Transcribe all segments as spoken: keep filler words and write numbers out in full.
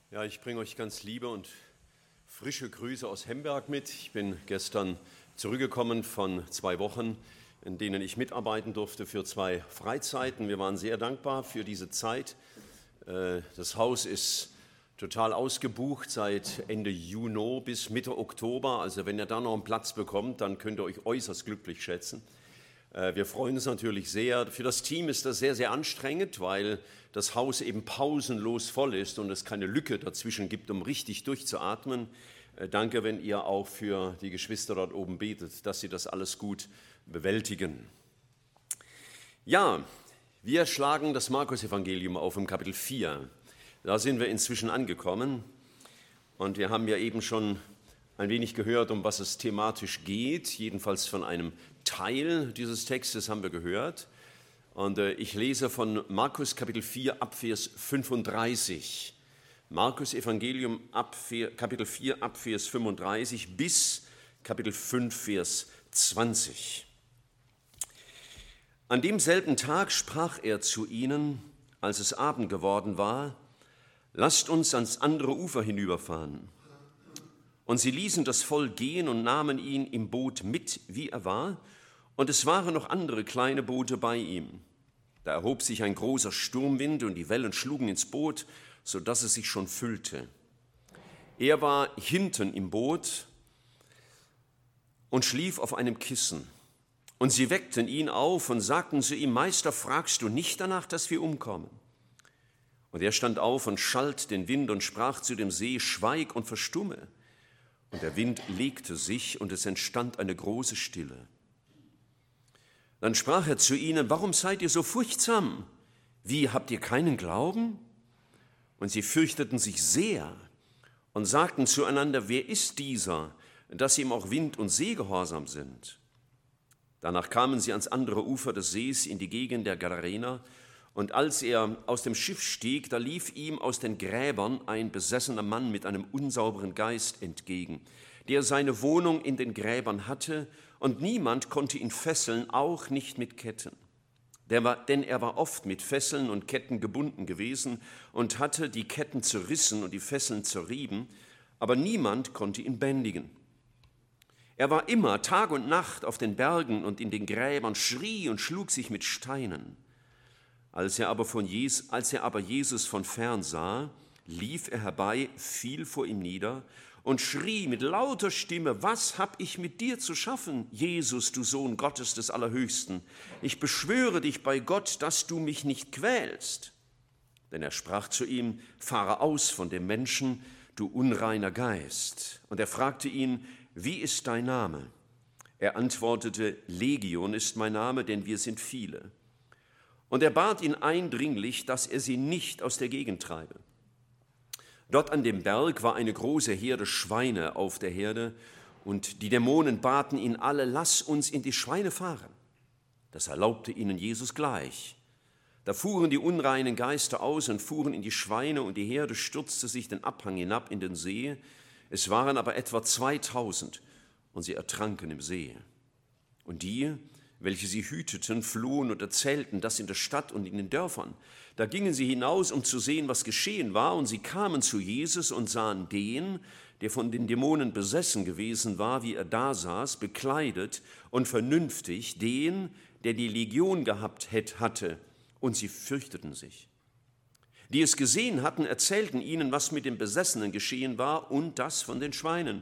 Ja, ich bringe euch ganz liebe und frische Grüße aus Hemberg mit. Ich bin gestern zurückgekommen von zwei Wochen, in denen ich mitarbeiten durfte für zwei Freizeiten. Wir waren sehr dankbar für diese Zeit. Das Haus ist total ausgebucht seit Ende Juni bis Mitte Oktober. Also wenn ihr da noch einen Platz bekommt, dann könnt ihr euch äußerst glücklich schätzen. Wir freuen uns natürlich sehr. Für das Team ist das sehr, sehr anstrengend, weil das Haus eben pausenlos voll ist und es keine Lücke dazwischen gibt, um richtig durchzuatmen. Danke, wenn ihr auch für die Geschwister dort oben betet, dass sie das alles gut bewältigen. Ja, wir schlagen das Markus-Evangelium auf im Kapitel vier. Da sind wir inzwischen angekommen und wir haben ja eben schon ein wenig gehört, um was es thematisch geht, jedenfalls von einem Teil dieses Textes haben wir gehört. Und äh, ich lese von Markus Kapitel vier ab Vers fünfunddreißig. Markus Evangelium ab, Kapitel vier ab Vers fünfunddreißig bis Kapitel fünf Vers zwanzig. An demselben Tag sprach er zu ihnen, als es Abend geworden war: Lasst uns ans andere Ufer hinüberfahren. Und sie ließen das Volk gehen und nahmen ihn im Boot mit, wie er war, und es waren noch andere kleine Boote bei ihm. Da erhob sich ein großer Sturmwind und die Wellen schlugen ins Boot, so dass es sich schon füllte. Er war hinten im Boot und schlief auf einem Kissen. Und sie weckten ihn auf und sagten zu ihm: Meister, fragst du nicht danach, dass wir umkommen? Und er stand auf und schalt den Wind und sprach zu dem See: Schweig und verstumme. Und der Wind legte sich, und es entstand eine große Stille. Dann sprach er zu ihnen: Warum seid ihr so furchtsam? Wie, habt ihr keinen Glauben? Und sie fürchteten sich sehr und sagten zueinander: Wer ist dieser, dass ihm auch Wind und See gehorsam sind? Danach kamen sie ans andere Ufer des Sees in die Gegend der Gadarener. Und als er aus dem Schiff stieg, da lief ihm aus den Gräbern ein besessener Mann mit einem unsauberen Geist entgegen, der seine Wohnung in den Gräbern hatte, und niemand konnte ihn fesseln, auch nicht mit Ketten. Der war, denn er war oft mit Fesseln und Ketten gebunden gewesen und hatte die Ketten zerrissen und die Fesseln zerrieben, aber niemand konnte ihn bändigen. Er war immer Tag und Nacht auf den Bergen und in den Gräbern, schrie und schlug sich mit Steinen. Als er aber, von Jesus, als er aber Jesus von fern sah, lief er herbei, fiel vor ihm nieder und schrie mit lauter Stimme: Was hab ich mit dir zu schaffen, Jesus, du Sohn Gottes des Allerhöchsten? Ich beschwöre dich bei Gott, dass du mich nicht quälst. Denn er sprach zu ihm: Fahre aus von dem Menschen, du unreiner Geist. Und er fragte ihn: Wie ist dein Name? Er antwortete: Legion ist mein Name, denn wir sind viele. Und er bat ihn eindringlich, dass er sie nicht aus der Gegend treibe. Dort an dem Berg war eine große Herde Schweine auf der Herde, und die Dämonen baten ihn alle: Lass uns in die Schweine fahren. Das erlaubte ihnen Jesus gleich. Da fuhren die unreinen Geister aus und fuhren in die Schweine, und die Herde stürzte sich den Abhang hinab in den See. Es waren aber etwa zweitausend, und sie ertranken im See. Und die, welche sie hüteten, flohen und erzählten das in der Stadt und in den Dörfern. Da gingen sie hinaus, um zu sehen, was geschehen war, und sie kamen zu Jesus und sahen den, der von den Dämonen besessen gewesen war, wie er da saß, bekleidet und vernünftig, den, der die Legion gehabt hatte, und sie fürchteten sich. Die es gesehen hatten, erzählten ihnen, was mit dem Besessenen geschehen war und das von den Schweinen.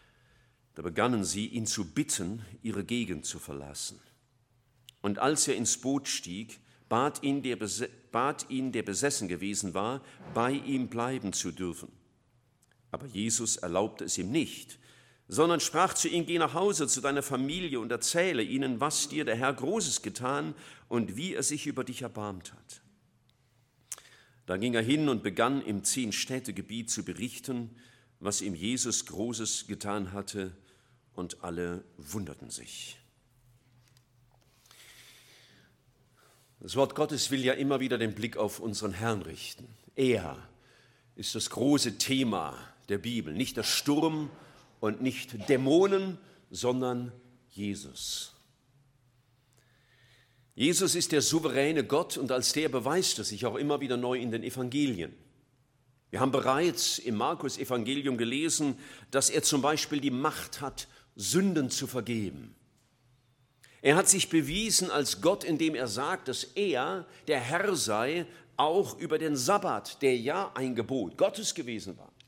Da begannen sie, ihn zu bitten, ihre Gegend zu verlassen. Und als er ins Boot stieg, bat ihn, der bat ihn, der besessen gewesen war, bei ihm bleiben zu dürfen. Aber Jesus erlaubte es ihm nicht, sondern sprach zu ihm: Geh nach Hause zu deiner Familie und erzähle ihnen, was dir der Herr Großes getan und wie er sich über dich erbarmt hat. Da ging er hin und begann im Zehn-Städte-Gebiet zu berichten, was ihm Jesus Großes getan hatte, und alle wunderten sich. Das Wort Gottes will ja immer wieder den Blick auf unseren Herrn richten. Er ist das große Thema der Bibel. Nicht der Sturm und nicht Dämonen, sondern Jesus. Jesus ist der souveräne Gott, und als der beweist er sich auch immer wieder neu in den Evangelien. Wir haben bereits im Markus-Evangelium gelesen, dass er zum Beispiel die Macht hat, Sünden zu vergeben. Er hat sich bewiesen als Gott, indem er sagt, dass er der Herr sei, auch über den Sabbat, der ja ein Gebot Gottes gewesen war.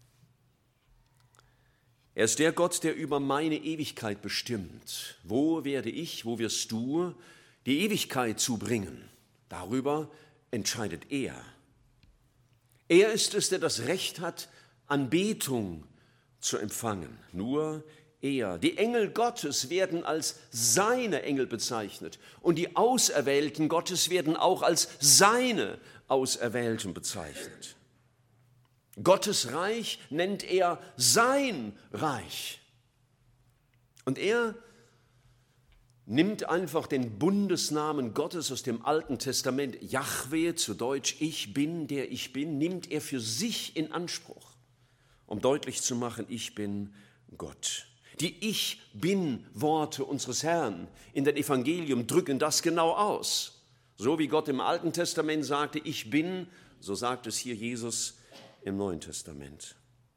Er ist der Gott, der über meine Ewigkeit bestimmt. Wo werde ich, wo wirst du die Ewigkeit zubringen? Darüber entscheidet er. Er ist es, der das Recht hat, Anbetung zu empfangen. Nur er. Die Engel Gottes werden als seine Engel bezeichnet und die Auserwählten Gottes werden auch als seine Auserwählten bezeichnet. Gottes Reich nennt er sein Reich. Und er nimmt einfach den Bundesnamen Gottes aus dem Alten Testament, Jahwe, zu Deutsch ich bin, der ich bin, nimmt er für sich in Anspruch, um deutlich zu machen, ich bin Gott. Die Ich-Bin-Worte unseres Herrn in den Evangelium drücken das genau aus. So wie Gott im Alten Testament sagte, ich bin, so sagt es hier Jesus im Neuen Testament.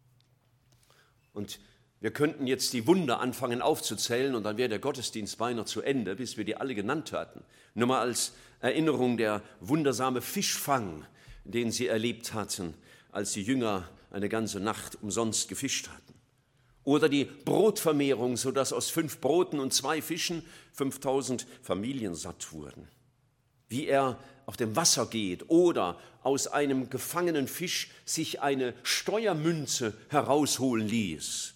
Und wir könnten jetzt die Wunder anfangen aufzuzählen und dann wäre der Gottesdienst beinahe zu Ende, bis wir die alle genannt hatten. Nur mal als Erinnerung der wundersame Fischfang, den sie erlebt hatten, als die Jünger eine ganze Nacht umsonst gefischt hatten. Oder die Brotvermehrung, sodass aus fünf Broten und zwei Fischen fünftausend Familien satt wurden. Wie er auf dem Wasser geht oder aus einem gefangenen Fisch sich eine Steuermünze herausholen ließ.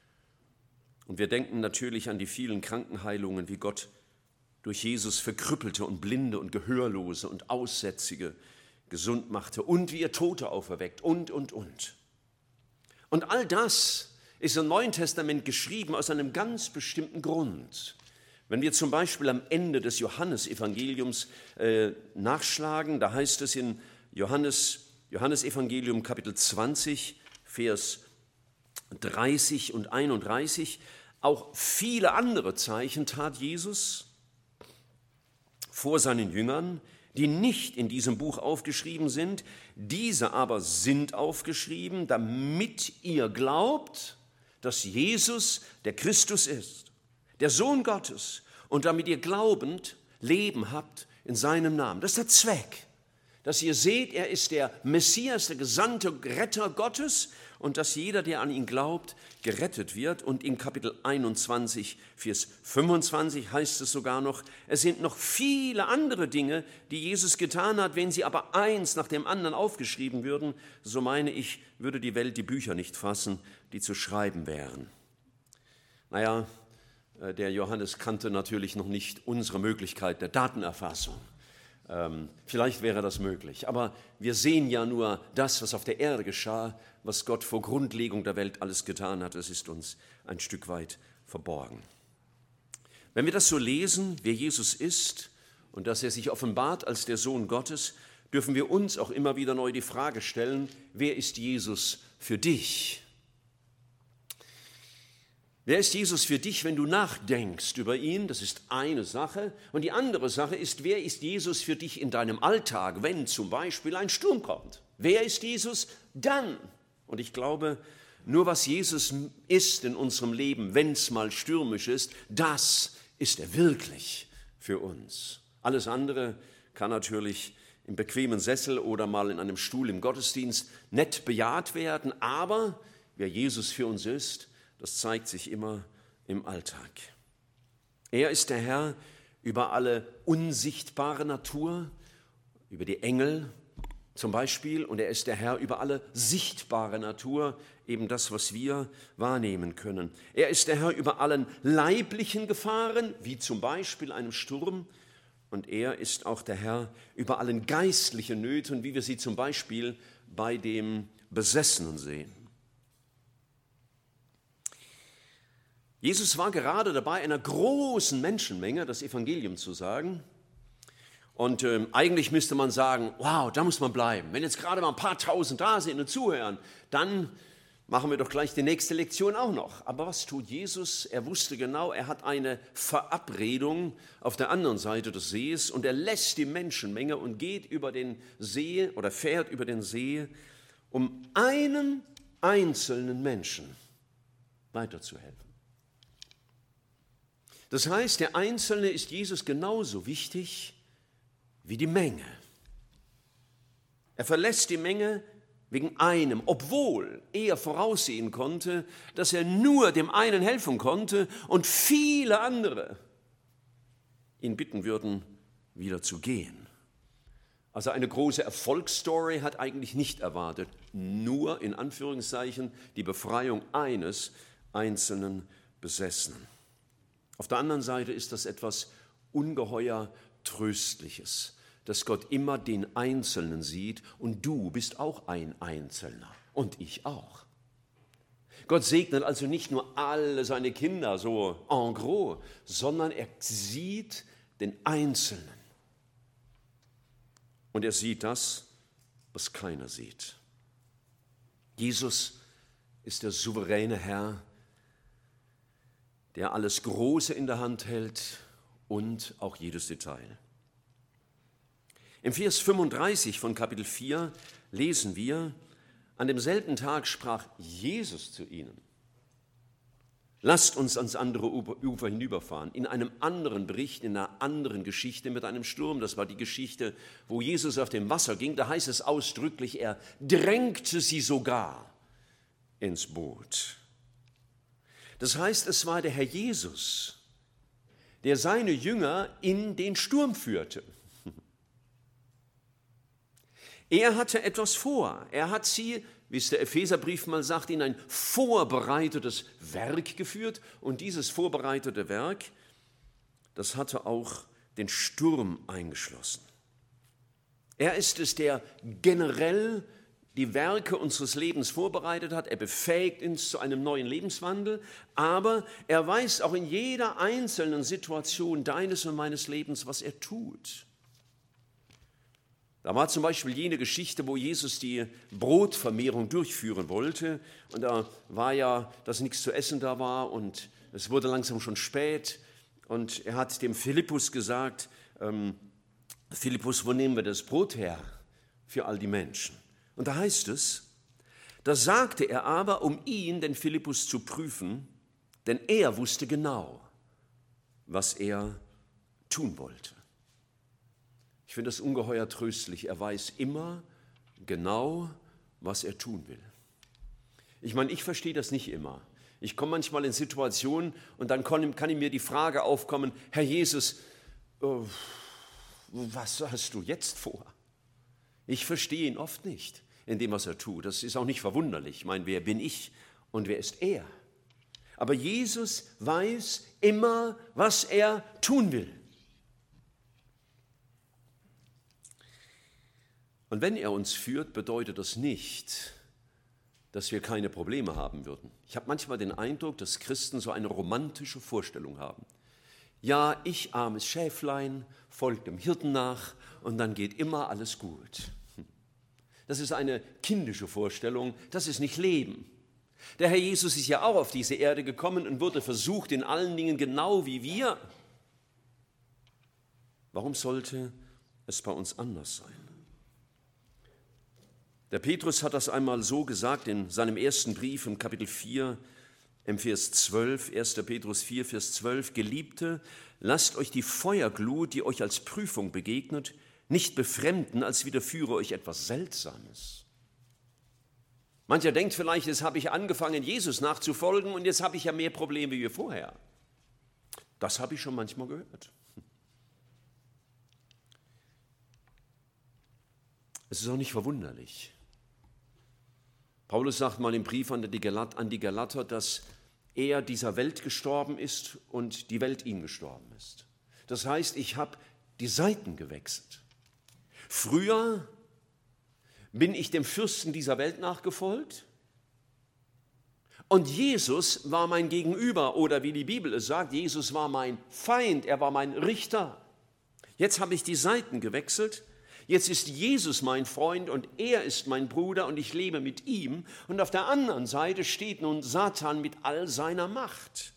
Und wir denken natürlich an die vielen Krankenheilungen, wie Gott durch Jesus Verkrüppelte und Blinde und Gehörlose und Aussätzige gesund machte und wie er Tote auferweckt und, und, und. Und all das ist im Neuen Testament geschrieben aus einem ganz bestimmten Grund. Wenn wir zum Beispiel am Ende des Johannesevangeliums äh, nachschlagen, da heißt es in Johannes, Johannesevangelium Kapitel zwanzig, Vers dreißig und einunddreißig, auch viele andere Zeichen tat Jesus vor seinen Jüngern, die nicht in diesem Buch aufgeschrieben sind. Diese aber sind aufgeschrieben, damit ihr glaubt, dass Jesus der Christus ist, der Sohn Gottes, und damit ihr glaubend Leben habt in seinem Namen. Das ist der Zweck, dass ihr seht, er ist der Messias, der gesandte Retter Gottes und dass jeder, der an ihn glaubt, gerettet wird. Und in Kapitel einundzwanzig, Vers fünfundzwanzig heißt es sogar noch, es sind noch viele andere Dinge, die Jesus getan hat. Wenn sie aber eins nach dem anderen aufgeschrieben würden, so meine ich, würde die Welt die Bücher nicht fassen, die zu schreiben wären. Naja, der Johannes kannte natürlich noch nicht unsere Möglichkeit der Datenerfassung. Ähm, vielleicht wäre das möglich, aber wir sehen ja nur das, was auf der Erde geschah, was Gott vor Grundlegung der Welt alles getan hat. Es ist uns ein Stück weit verborgen. Wenn wir das so lesen, wer Jesus ist und dass er sich offenbart als der Sohn Gottes, dürfen wir uns auch immer wieder neu die Frage stellen, wer ist Jesus für dich? Wer ist Jesus für dich, wenn du nachdenkst über ihn? Das ist eine Sache. Und die andere Sache ist, wer ist Jesus für dich in deinem Alltag, wenn zum Beispiel ein Sturm kommt? Wer ist Jesus dann? Und ich glaube, nur was Jesus ist in unserem Leben, wenn es mal stürmisch ist, das ist er wirklich für uns. Alles andere kann natürlich im bequemen Sessel oder mal in einem Stuhl im Gottesdienst nett bejaht werden, aber wer Jesus für uns ist, das zeigt sich immer im Alltag. Er ist der Herr über alle unsichtbare Natur, über die Engel zum Beispiel, und er ist der Herr über alle sichtbare Natur, eben das, was wir wahrnehmen können. Er ist der Herr über allen leiblichen Gefahren, wie zum Beispiel einem Sturm, und er ist auch der Herr über allen geistlichen Nöten, wie wir sie zum Beispiel bei dem Besessenen sehen. Jesus war gerade dabei, einer großen Menschenmenge das Evangelium zu sagen. Und ähm, eigentlich müsste man sagen, wow, da muss man bleiben. Wenn jetzt gerade mal ein paar Tausend da sind und zuhören, dann machen wir doch gleich die nächste Lektion auch noch. Aber was tut Jesus? Er wusste genau, er hat eine Verabredung auf der anderen Seite des Sees und er lässt die Menschenmenge und geht über den See oder fährt über den See um einem einzelnen Menschen weiterzuhelfen. Das heißt, der Einzelne ist Jesus genauso wichtig wie die Menge. Er verlässt die Menge wegen einem, obwohl er voraussehen konnte, dass er nur dem einen helfen konnte und viele andere ihn bitten würden, wieder zu gehen. Also eine große Erfolgsstory hat eigentlich nicht erwartet, nur in Anführungszeichen die Befreiung eines einzelnen Besessenen. Auf der anderen Seite ist das etwas ungeheuer Tröstliches, dass Gott immer den Einzelnen sieht und du bist auch ein Einzelner und ich auch. Gott segnet also nicht nur alle seine Kinder so en gros, sondern er sieht den Einzelnen. Und er sieht das, was keiner sieht. Jesus ist der souveräne Herr, der alles Große in der Hand hält und auch jedes Detail. Im Vers fünfunddreißig von Kapitel vier lesen wir, an demselben Tag sprach Jesus zu ihnen: Lasst uns ans andere Ufer hinüberfahren. In einem anderen Bericht, in einer anderen Geschichte mit einem Sturm, das war die Geschichte, wo Jesus auf dem Wasser ging, da heißt es ausdrücklich, er drängte sie sogar ins Boot. Das heißt, es war der Herr Jesus, der seine Jünger in den Sturm führte. Er hatte etwas vor. Er hat sie, wie es der Epheserbrief mal sagt, in ein vorbereitetes Werk geführt. Und dieses vorbereitete Werk, das hatte auch den Sturm eingeschlossen. Er ist es, der generell die Werke unseres Lebens vorbereitet hat. Er befähigt uns zu einem neuen Lebenswandel. Aber er weiß auch in jeder einzelnen Situation deines und meines Lebens, was er tut. Da war zum Beispiel jene Geschichte, wo Jesus die Brotvermehrung durchführen wollte. Und da war ja, dass nichts zu essen da war und es wurde langsam schon spät. Und er hat dem Philippus gesagt, ähm, Philippus, wo nehmen wir das Brot her für all die Menschen? Und da heißt es, da sagte er aber, um ihn, den Philippus, zu prüfen, denn er wusste genau, was er tun wollte. Ich finde das ungeheuer tröstlich. Er weiß immer genau, was er tun will. Ich meine, ich verstehe das nicht immer. Ich komme manchmal in Situationen und dann kann, kann in mir die Frage aufkommen, Herr Jesus, oh, was hast du jetzt vor? Ich verstehe ihn oft nicht in dem, was er tut. Das ist auch nicht verwunderlich. Ich meine, wer bin ich und wer ist er? Aber Jesus weiß immer, was er tun will. Und wenn er uns führt, bedeutet das nicht, dass wir keine Probleme haben würden. Ich habe manchmal den Eindruck, dass Christen so eine romantische Vorstellung haben. Ja, ich, armes Schäflein, folge dem Hirten nach und dann geht immer alles gut. Das ist eine kindische Vorstellung, das ist nicht Leben. Der Herr Jesus ist ja auch auf diese Erde gekommen und wurde versucht in allen Dingen genau wie wir. Warum sollte es bei uns anders sein? Der Petrus hat das einmal so gesagt in seinem ersten Brief im Kapitel vier, im Vers zwölf, erster Petrus vier, Vers zwölf, Geliebte, lasst euch die Feuerglut, die euch als Prüfung begegnet, nicht befremden, als widerführe euch etwas Seltsames. Mancher denkt vielleicht, jetzt habe ich angefangen, Jesus nachzufolgen und jetzt habe ich ja mehr Probleme wie vorher. Das habe ich schon manchmal gehört. Es ist auch nicht verwunderlich. Paulus sagt mal im Brief an die Galater, dass er dieser Welt gestorben ist und die Welt ihm gestorben ist. Das heißt, ich habe die Seiten gewechselt. Früher bin ich dem Fürsten dieser Welt nachgefolgt und Jesus war mein Gegenüber oder wie die Bibel es sagt, Jesus war mein Feind, er war mein Richter. Jetzt habe ich die Seiten gewechselt. Jetzt ist Jesus mein Freund und er ist mein Bruder und ich lebe mit ihm. Und auf der anderen Seite steht nun Satan mit all seiner Macht.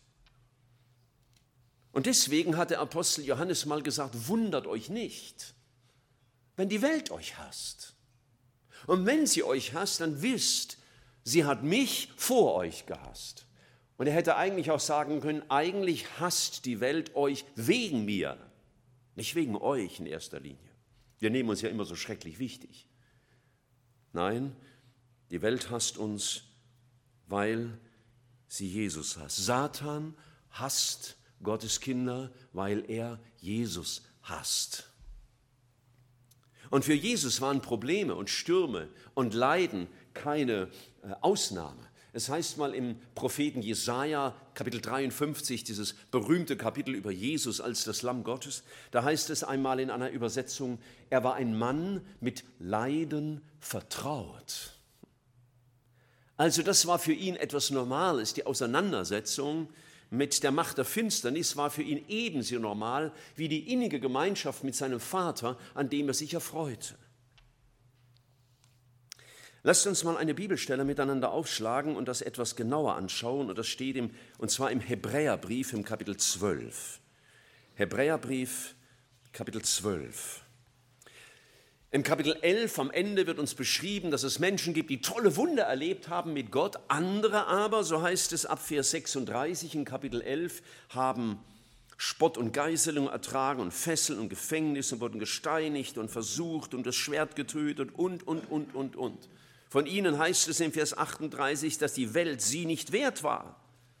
Und deswegen hat der Apostel Johannes mal gesagt, wundert euch nicht, wenn die Welt euch hasst. Und wenn sie euch hasst, dann wisst, sie hat mich vor euch gehasst. Und er hätte eigentlich auch sagen können, eigentlich hasst die Welt euch wegen mir, nicht wegen euch in erster Linie. Wir nehmen uns ja immer so schrecklich wichtig. Nein, die Welt hasst uns, weil sie Jesus hasst. Satan hasst Gottes Kinder, weil er Jesus hasst. Und für Jesus waren Probleme und Stürme und Leiden keine äh, Ausnahme. Es heißt mal im Propheten Jesaja, Kapitel dreiundfünfzig, dieses berühmte Kapitel über Jesus als das Lamm Gottes, da heißt es einmal in einer Übersetzung, er war ein Mann mit Leiden vertraut. Also das war für ihn etwas Normales, die Auseinandersetzung mit der Macht der Finsternis war für ihn ebenso normal wie die innige Gemeinschaft mit seinem Vater, an dem er sich erfreute. Lasst uns mal eine Bibelstelle miteinander aufschlagen und das etwas genauer anschauen. Und das steht im, und zwar im Hebräerbrief im Kapitel zwölf. Hebräerbrief, Kapitel zwölf. Im Kapitel elf am Ende wird uns beschrieben, dass es Menschen gibt, die tolle Wunder erlebt haben mit Gott. Andere aber, so heißt es ab Vers sechsunddreißig in Kapitel elf, haben Spott und Geißelung ertragen und Fesseln und Gefängnis und wurden gesteinigt und versucht und das Schwert getötet und, und, und, und, und. Von ihnen heißt es in Vers achtunddreißig, dass die Welt sie nicht wert war.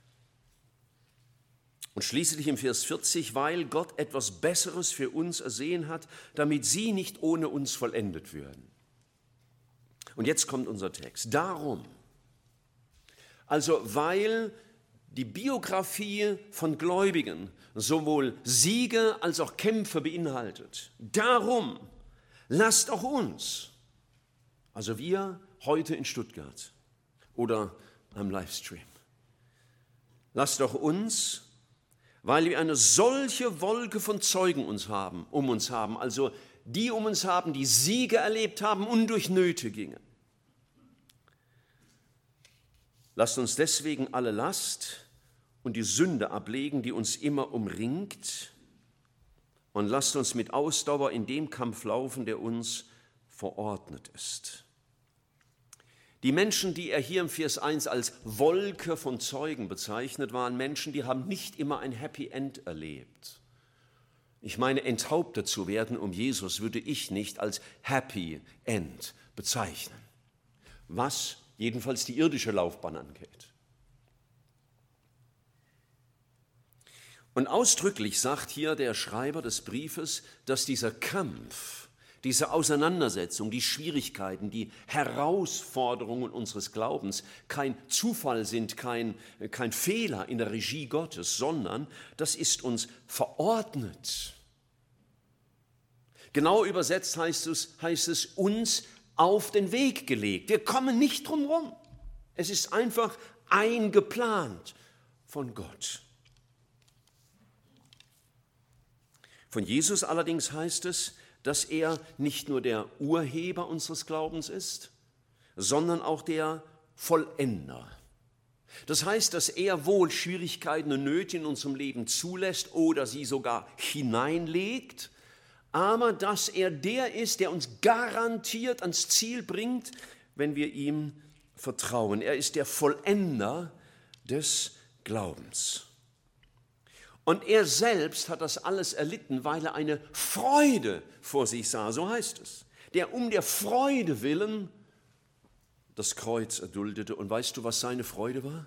Und schließlich im Vers vierzig, weil Gott etwas Besseres für uns ersehen hat, damit sie nicht ohne uns vollendet würden. Und jetzt kommt unser Text. Darum, also weil die Biografie von Gläubigen sowohl Siege als auch Kämpfe beinhaltet, darum lasst auch uns, also wir heute in Stuttgart oder am Livestream, lasst auch uns, weil wir eine solche Wolke von Zeugen uns haben, um uns haben, also die um uns haben, die Siege erlebt haben und durch Nöte gingen. Lasst uns deswegen alle Last und die Sünde ablegen, die uns immer umringt, und lasst uns mit Ausdauer in dem Kampf laufen, der uns verordnet ist. Die Menschen, die er hier im Vers eins als Wolke von Zeugen bezeichnet, waren Menschen, die haben nicht immer ein Happy End erlebt. Ich meine, enthauptet zu werden um Jesus würde ich nicht als Happy End bezeichnen, was jedenfalls die irdische Laufbahn angeht. Und ausdrücklich sagt hier der Schreiber des Briefes, dass dieser Kampf, diese Auseinandersetzung, die Schwierigkeiten, die Herausforderungen unseres Glaubens kein Zufall sind, kein, kein Fehler in der Regie Gottes, sondern das ist uns verordnet. Genau übersetzt heißt es, heißt es uns auf den Weg gelegt. Wir kommen nicht drum rum. Es ist einfach eingeplant von Gott. Von Jesus allerdings heißt es, dass er nicht nur der Urheber unseres Glaubens ist, sondern auch der Vollender. Das heißt, dass er wohl Schwierigkeiten und Nöte in unserem Leben zulässt oder sie sogar hineinlegt, aber dass er der ist, der uns garantiert ans Ziel bringt, wenn wir ihm vertrauen. Er ist der Vollender des Glaubens. Und er selbst hat das alles erlitten, weil er eine Freude vor sich sah, so heißt es. Der um der Freude willen das Kreuz erduldete. Und weißt du, was seine Freude war?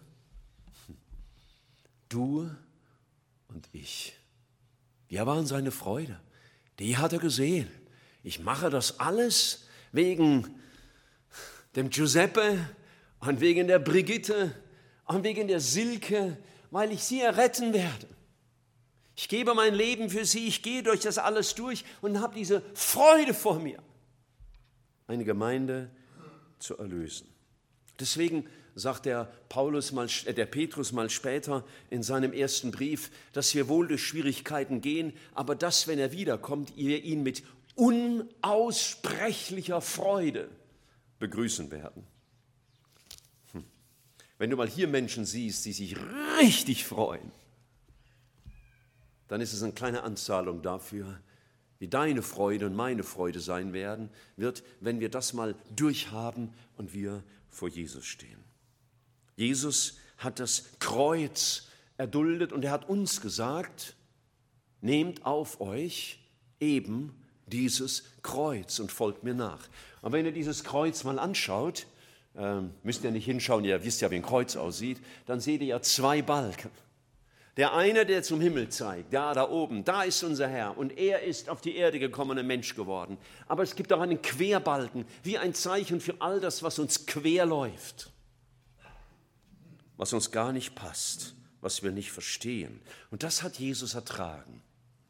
Du und ich. Wir waren seine Freude. Die hat er gesehen. Ich mache das alles wegen dem Giuseppe und wegen der Brigitte und wegen der Silke, weil ich sie erretten werde. Ich gebe mein Leben für sie, ich gehe durch das alles durch und habe diese Freude vor mir, eine Gemeinde zu erlösen. Deswegen sagt der, Paulus mal, der Petrus mal später in seinem ersten Brief, dass wir wohl durch Schwierigkeiten gehen, aber dass, wenn er wiederkommt, wir ihn mit unaussprechlicher Freude begrüßen werden. Hm. Wenn du mal hier Menschen siehst, die sich richtig freuen, dann ist es eine kleine Anzahlung dafür, die deine Freude und meine Freude sein werden, wird, wenn wir das mal durchhaben und wir vor Jesus stehen. Jesus hat das Kreuz erduldet und er hat uns gesagt, nehmt auf euch eben dieses Kreuz und folgt mir nach. Und wenn ihr dieses Kreuz mal anschaut, ähm, müsst ihr nicht hinschauen, ihr wisst ja, wie ein Kreuz aussieht, dann seht ihr ja zwei Balken. Der eine, der zum Himmel zeigt, da, da oben, da ist unser Herr und er ist auf die Erde gekommen, ein Mensch geworden. Aber es gibt auch einen Querbalken, wie ein Zeichen für all das, was uns quer läuft, was uns gar nicht passt, was wir nicht verstehen. Und das hat Jesus ertragen.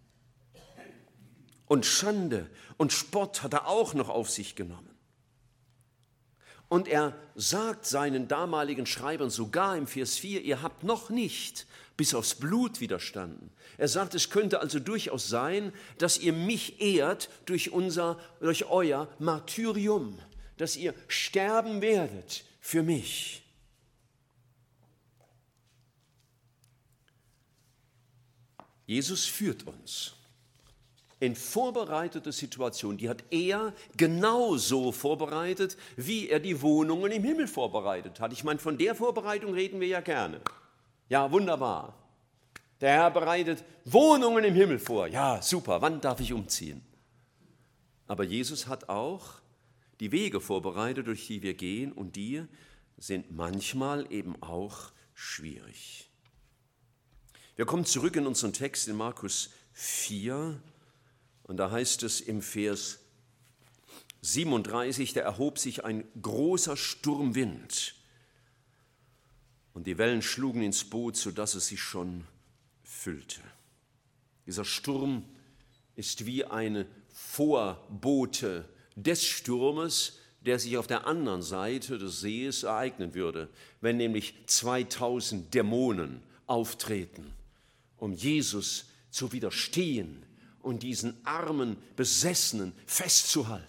Und Schande und Spott hat er auch noch auf sich genommen. Und er sagt seinen damaligen Schreibern sogar im Vers vier, ihr habt noch nicht bis aufs Blut widerstanden. Er sagt, es könnte also durchaus sein, dass ihr mich ehrt durch, unser, durch euer Martyrium, dass ihr sterben werdet für mich. Jesus führt uns in vorbereitete Situationen, die hat er genauso vorbereitet, wie er die Wohnungen im Himmel vorbereitet hat. Ich meine, von der Vorbereitung reden wir ja gerne. Ja, wunderbar. Der Herr bereitet Wohnungen im Himmel vor. Ja, super, wann darf ich umziehen? Aber Jesus hat auch die Wege vorbereitet, durch die wir gehen, und die sind manchmal eben auch schwierig. Wir kommen zurück in unseren Text in Markus vier, und da heißt es im Vers siebenunddreißig, da erhob sich ein großer Sturmwind und die Wellen schlugen ins Boot, sodass es sich schon füllte. Dieser Sturm ist wie eine Vorbote des Sturmes, der sich auf der anderen Seite des Sees ereignen würde, wenn nämlich zweitausend Dämonen auftreten, um Jesus zu widerstehen und diesen armen Besessenen festzuhalten.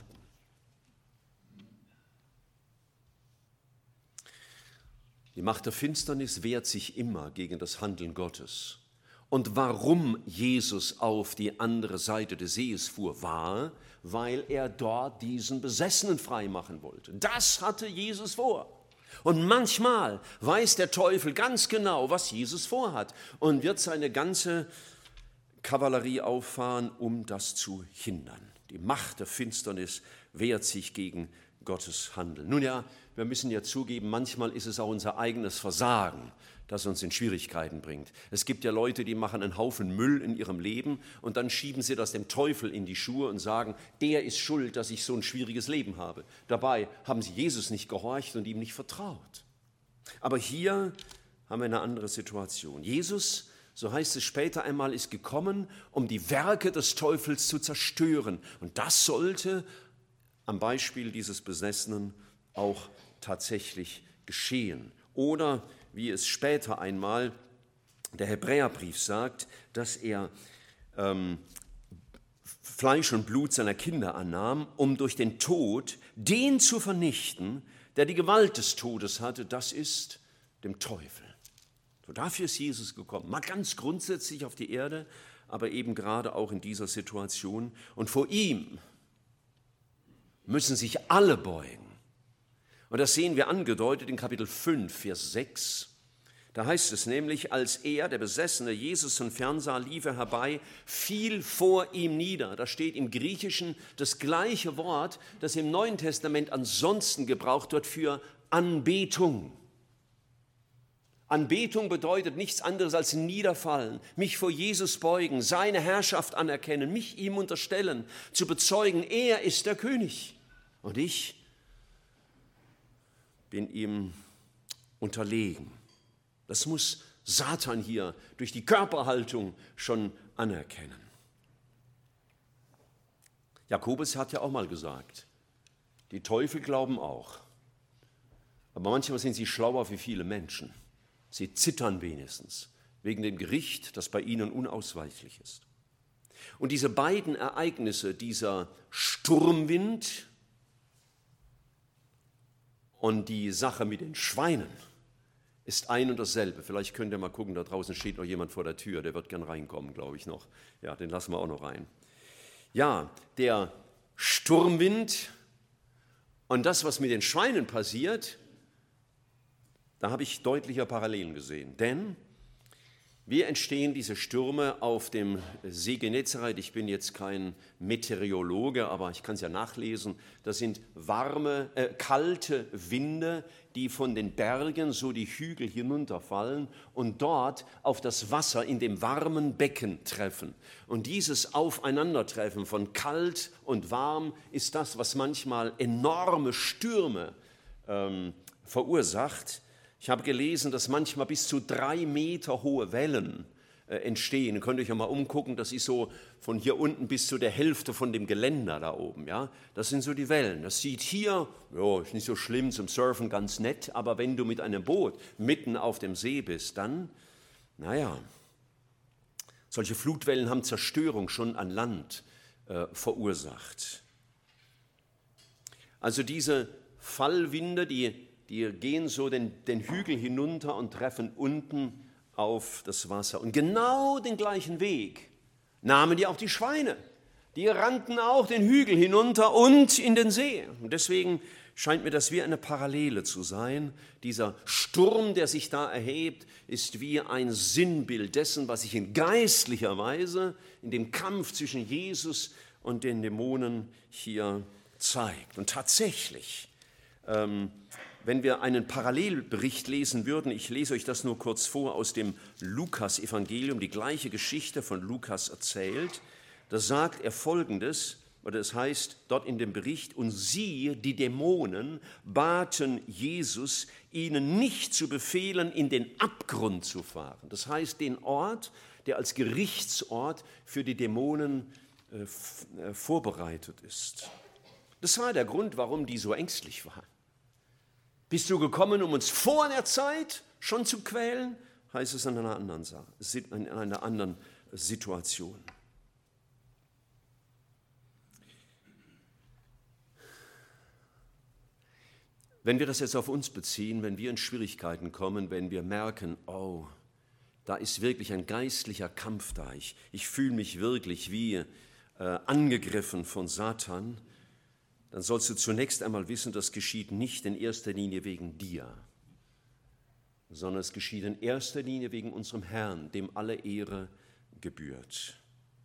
Die Macht der Finsternis wehrt sich immer gegen das Handeln Gottes. Und warum Jesus auf die andere Seite des Sees fuhr, war, weil er dort diesen Besessenen freimachen wollte. Das hatte Jesus vor. Und manchmal weiß der Teufel ganz genau, was Jesus vorhat und wird seine ganze Kavallerie auffahren, um das zu hindern. Die Macht der Finsternis wehrt sich gegen Gottes Handeln. Nun ja, wir müssen ja zugeben, manchmal ist es auch unser eigenes Versagen, das uns in Schwierigkeiten bringt. Es gibt ja Leute, die machen einen Haufen Müll in ihrem Leben und dann schieben sie das dem Teufel in die Schuhe und sagen, der ist schuld, dass ich so ein schwieriges Leben habe. Dabei haben sie Jesus nicht gehorcht und ihm nicht vertraut. Aber hier haben wir eine andere Situation. Jesus, so heißt es später einmal, ist gekommen, um die Werke des Teufels zu zerstören. Und das sollte am Beispiel dieses Besessenen auch tatsächlich geschehen. Oder wie es später einmal der Hebräerbrief sagt, dass er ähm, Fleisch und Blut seiner Kinder annahm, um durch den Tod den zu vernichten, der die Gewalt des Todes hatte, das ist dem Teufel. So, dafür ist Jesus gekommen, mal ganz grundsätzlich auf die Erde, aber eben gerade auch in dieser Situation. Und vor ihm müssen sich alle beugen. Und das sehen wir angedeutet in Kapitel fünf, Vers sechs. Da heißt es nämlich, als er, der Besessene, Jesus von fern sah, lief er herbei, fiel vor ihm nieder. Da steht im Griechischen das gleiche Wort, das im Neuen Testament ansonsten gebraucht wird für Anbetung. Anbetung bedeutet nichts anderes als niederfallen, mich vor Jesus beugen, seine Herrschaft anerkennen, mich ihm unterstellen, zu bezeugen, er ist der König und ich bin ihm unterlegen. Das muss Satan hier durch die Körperhaltung schon anerkennen. Jakobus hat ja auch mal gesagt, die Teufel glauben auch, aber manchmal sind sie schlauer wie viele Menschen. Sie zittern wenigstens wegen dem Gericht, das bei ihnen unausweichlich ist. Und diese beiden Ereignisse, dieser Sturmwind und die Sache mit den Schweinen, ist ein und dasselbe. Vielleicht könnt ihr mal gucken, da draußen steht noch jemand vor der Tür, der wird gern reinkommen, glaube ich noch. Ja, den lassen wir auch noch rein. Ja, der Sturmwind und das, was mit den Schweinen passiert, da habe ich deutlicher Parallelen gesehen. Denn wie entstehen diese Stürme auf dem See Genezareth? Ich bin jetzt kein Meteorologe, aber ich kann es ja nachlesen. Das sind warme, äh, kalte Winde, die von den Bergen so die Hügel hinunterfallen und dort auf das Wasser in dem warmen Becken treffen. Und dieses Aufeinandertreffen von kalt und warm ist das, was manchmal enorme Stürme ähm, verursacht. Ich habe gelesen, dass manchmal bis zu drei Meter hohe Wellen äh, entstehen. Ihr könnt euch ja mal umgucken, das ist so von hier unten bis zu der Hälfte von dem Geländer da oben. Ja? Das sind so die Wellen. Das sieht hier, ja, ist nicht so schlimm, zum Surfen ganz nett, aber wenn du mit einem Boot mitten auf dem See bist, dann, naja, solche Flutwellen haben Zerstörung schon an Land äh, verursacht. Also diese Fallwinde, die Die gehen so den, den Hügel hinunter und treffen unten auf das Wasser. Und genau den gleichen Weg nahmen die auch die Schweine. Die rannten auch den Hügel hinunter und in den See. Und deswegen scheint mir das wie eine Parallele zu sein. Dieser Sturm, der sich da erhebt, ist wie ein Sinnbild dessen, was sich in geistlicher Weise in dem Kampf zwischen Jesus und den Dämonen hier zeigt. Und tatsächlich, ähm, wenn wir einen Parallelbericht lesen würden, ich lese euch das nur kurz vor aus dem Lukas-Evangelium, die gleiche Geschichte von Lukas erzählt, da sagt er Folgendes, oder es heißt dort in dem Bericht, und siehe, die Dämonen baten Jesus, ihnen nicht zu befehlen, in den Abgrund zu fahren. Das heißt, den Ort, der als Gerichtsort für die Dämonen äh, vorbereitet ist. Das war der Grund, warum die so ängstlich waren. Bist du gekommen, um uns vor der Zeit schon zu quälen? Heißt es in einer anderen, in einer anderen Situation. Wenn wir das jetzt auf uns beziehen, wenn wir in Schwierigkeiten kommen, wenn wir merken, oh, da ist wirklich ein geistlicher Kampf da, ich, ich fühle mich wirklich wie äh, angegriffen von Satan, dann sollst du zunächst einmal wissen, das geschieht nicht in erster Linie wegen dir, sondern es geschieht in erster Linie wegen unserem Herrn, dem alle Ehre gebührt.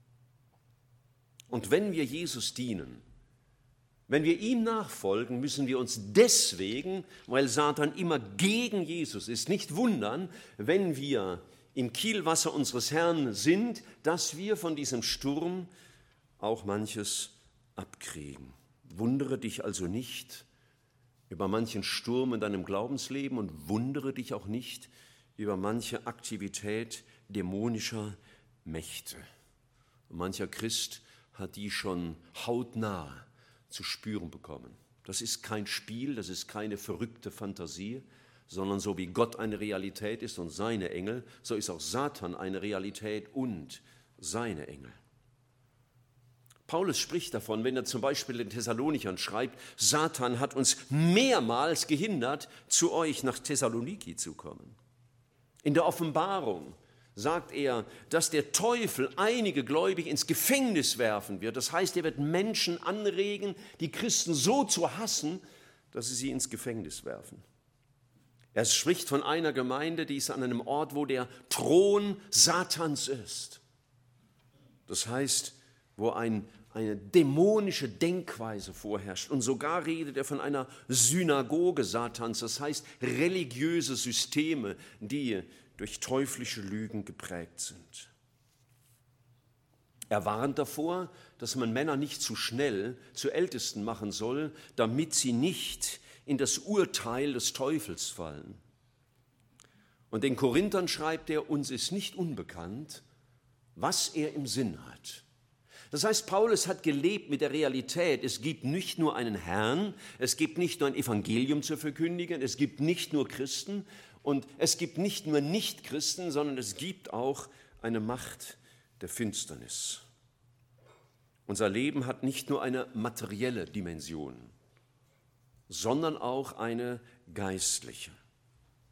Und wenn wir Jesus dienen, wenn wir ihm nachfolgen, müssen wir uns deswegen, weil Satan immer gegen Jesus ist, nicht wundern, wenn wir im Kielwasser unseres Herrn sind, dass wir von diesem Sturm auch manches abkriegen. Wundere dich also nicht über manchen Sturm in deinem Glaubensleben und wundere dich auch nicht über manche Aktivität dämonischer Mächte. Und mancher Christ hat die schon hautnah zu spüren bekommen. Das ist kein Spiel, das ist keine verrückte Fantasie, sondern so wie Gott eine Realität ist und seine Engel, so ist auch Satan eine Realität und seine Engel. Paulus spricht davon, wenn er zum Beispiel den Thessalonichern schreibt, Satan hat uns mehrmals gehindert, zu euch nach Thessaloniki zu kommen. In der Offenbarung sagt er, dass der Teufel einige Gläubige ins Gefängnis werfen wird. Das heißt, er wird Menschen anregen, die Christen so zu hassen, dass sie sie ins Gefängnis werfen. Er spricht von einer Gemeinde, die ist an einem Ort, wo der Thron Satans ist. Das heißt, wo ein eine dämonische Denkweise vorherrscht. Und sogar redet er von einer Synagoge Satans, das heißt religiöse Systeme, die durch teuflische Lügen geprägt sind. Er warnt davor, dass man Männer nicht zu schnell zu Ältesten machen soll, damit sie nicht in das Urteil des Teufels fallen. Und den Korinthern schreibt er, uns ist nicht unbekannt, was er im Sinn hat. Das heißt, Paulus hat gelebt mit der Realität, es gibt nicht nur einen Herrn, es gibt nicht nur ein Evangelium zu verkündigen, es gibt nicht nur Christen und es gibt nicht nur Nichtchristen, sondern es gibt auch eine Macht der Finsternis. Unser Leben hat nicht nur eine materielle Dimension, sondern auch eine geistliche.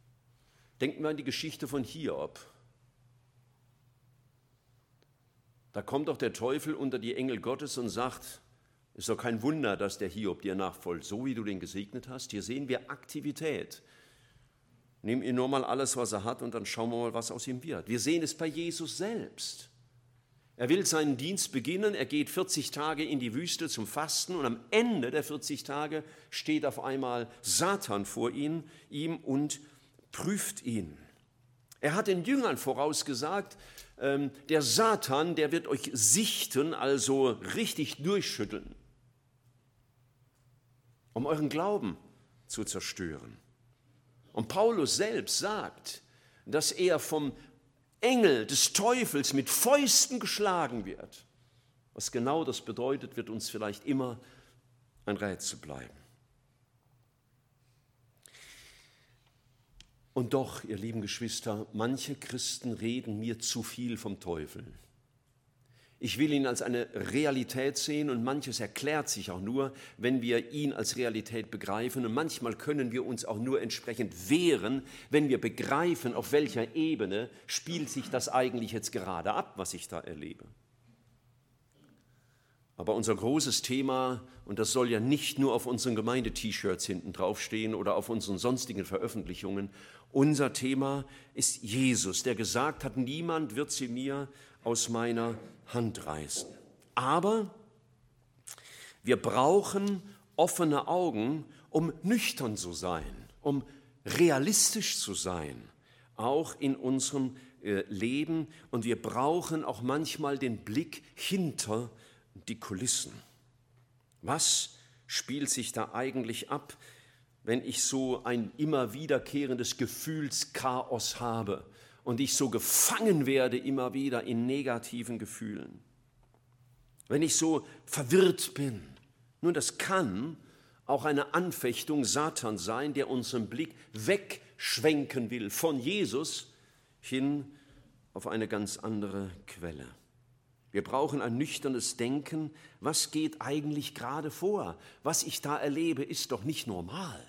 Denken wir an die Geschichte von Hiob. Da kommt doch der Teufel unter die Engel Gottes und sagt, ist doch kein Wunder, dass der Hiob dir nachfolgt, so wie du den gesegnet hast. Hier sehen wir Aktivität. Nimm ihn nur mal alles, was er hat, und dann schauen wir mal, was aus ihm wird. Wir sehen es bei Jesus selbst. Er will seinen Dienst beginnen, er geht vierzig Tage in die Wüste zum Fasten und am Ende der vierzig Tage steht auf einmal Satan vor ihn, ihm und prüft ihn. Er hat den Jüngern vorausgesagt, ähm, der Satan, der wird euch sichten, also richtig durchschütteln, um euren Glauben zu zerstören. Und Paulus selbst sagt, dass er vom Engel des Teufels mit Fäusten geschlagen wird. Was genau das bedeutet, wird uns vielleicht immer ein Rätsel bleiben. Und doch, ihr lieben Geschwister, manche Christen reden mir zu viel vom Teufel. Ich will ihn als eine Realität sehen und manches erklärt sich auch nur, wenn wir ihn als Realität begreifen. Und manchmal können wir uns auch nur entsprechend wehren, wenn wir begreifen, auf welcher Ebene spielt sich das eigentlich jetzt gerade ab, was ich da erlebe. Aber unser großes Thema, und das soll ja nicht nur auf unseren Gemeinde-T-Shirts hinten draufstehen oder auf unseren sonstigen Veröffentlichungen, unser Thema ist Jesus, der gesagt hat, niemand wird sie mir aus meiner Hand reißen. Aber wir brauchen offene Augen, um nüchtern zu sein, um realistisch zu sein, auch in unserem äh, Leben. Und wir brauchen auch manchmal den Blick hinter die Kulissen. Was spielt sich da eigentlich ab, wenn ich so ein immer wiederkehrendes Gefühlschaos habe und ich so gefangen werde immer wieder in negativen Gefühlen? Wenn ich so verwirrt bin, nun, das kann auch eine Anfechtung Satans sein, der unseren Blick wegschwenken will von Jesus hin auf eine ganz andere Quelle. Wir brauchen ein nüchternes Denken. Was geht eigentlich gerade vor? Was ich da erlebe, ist doch nicht normal.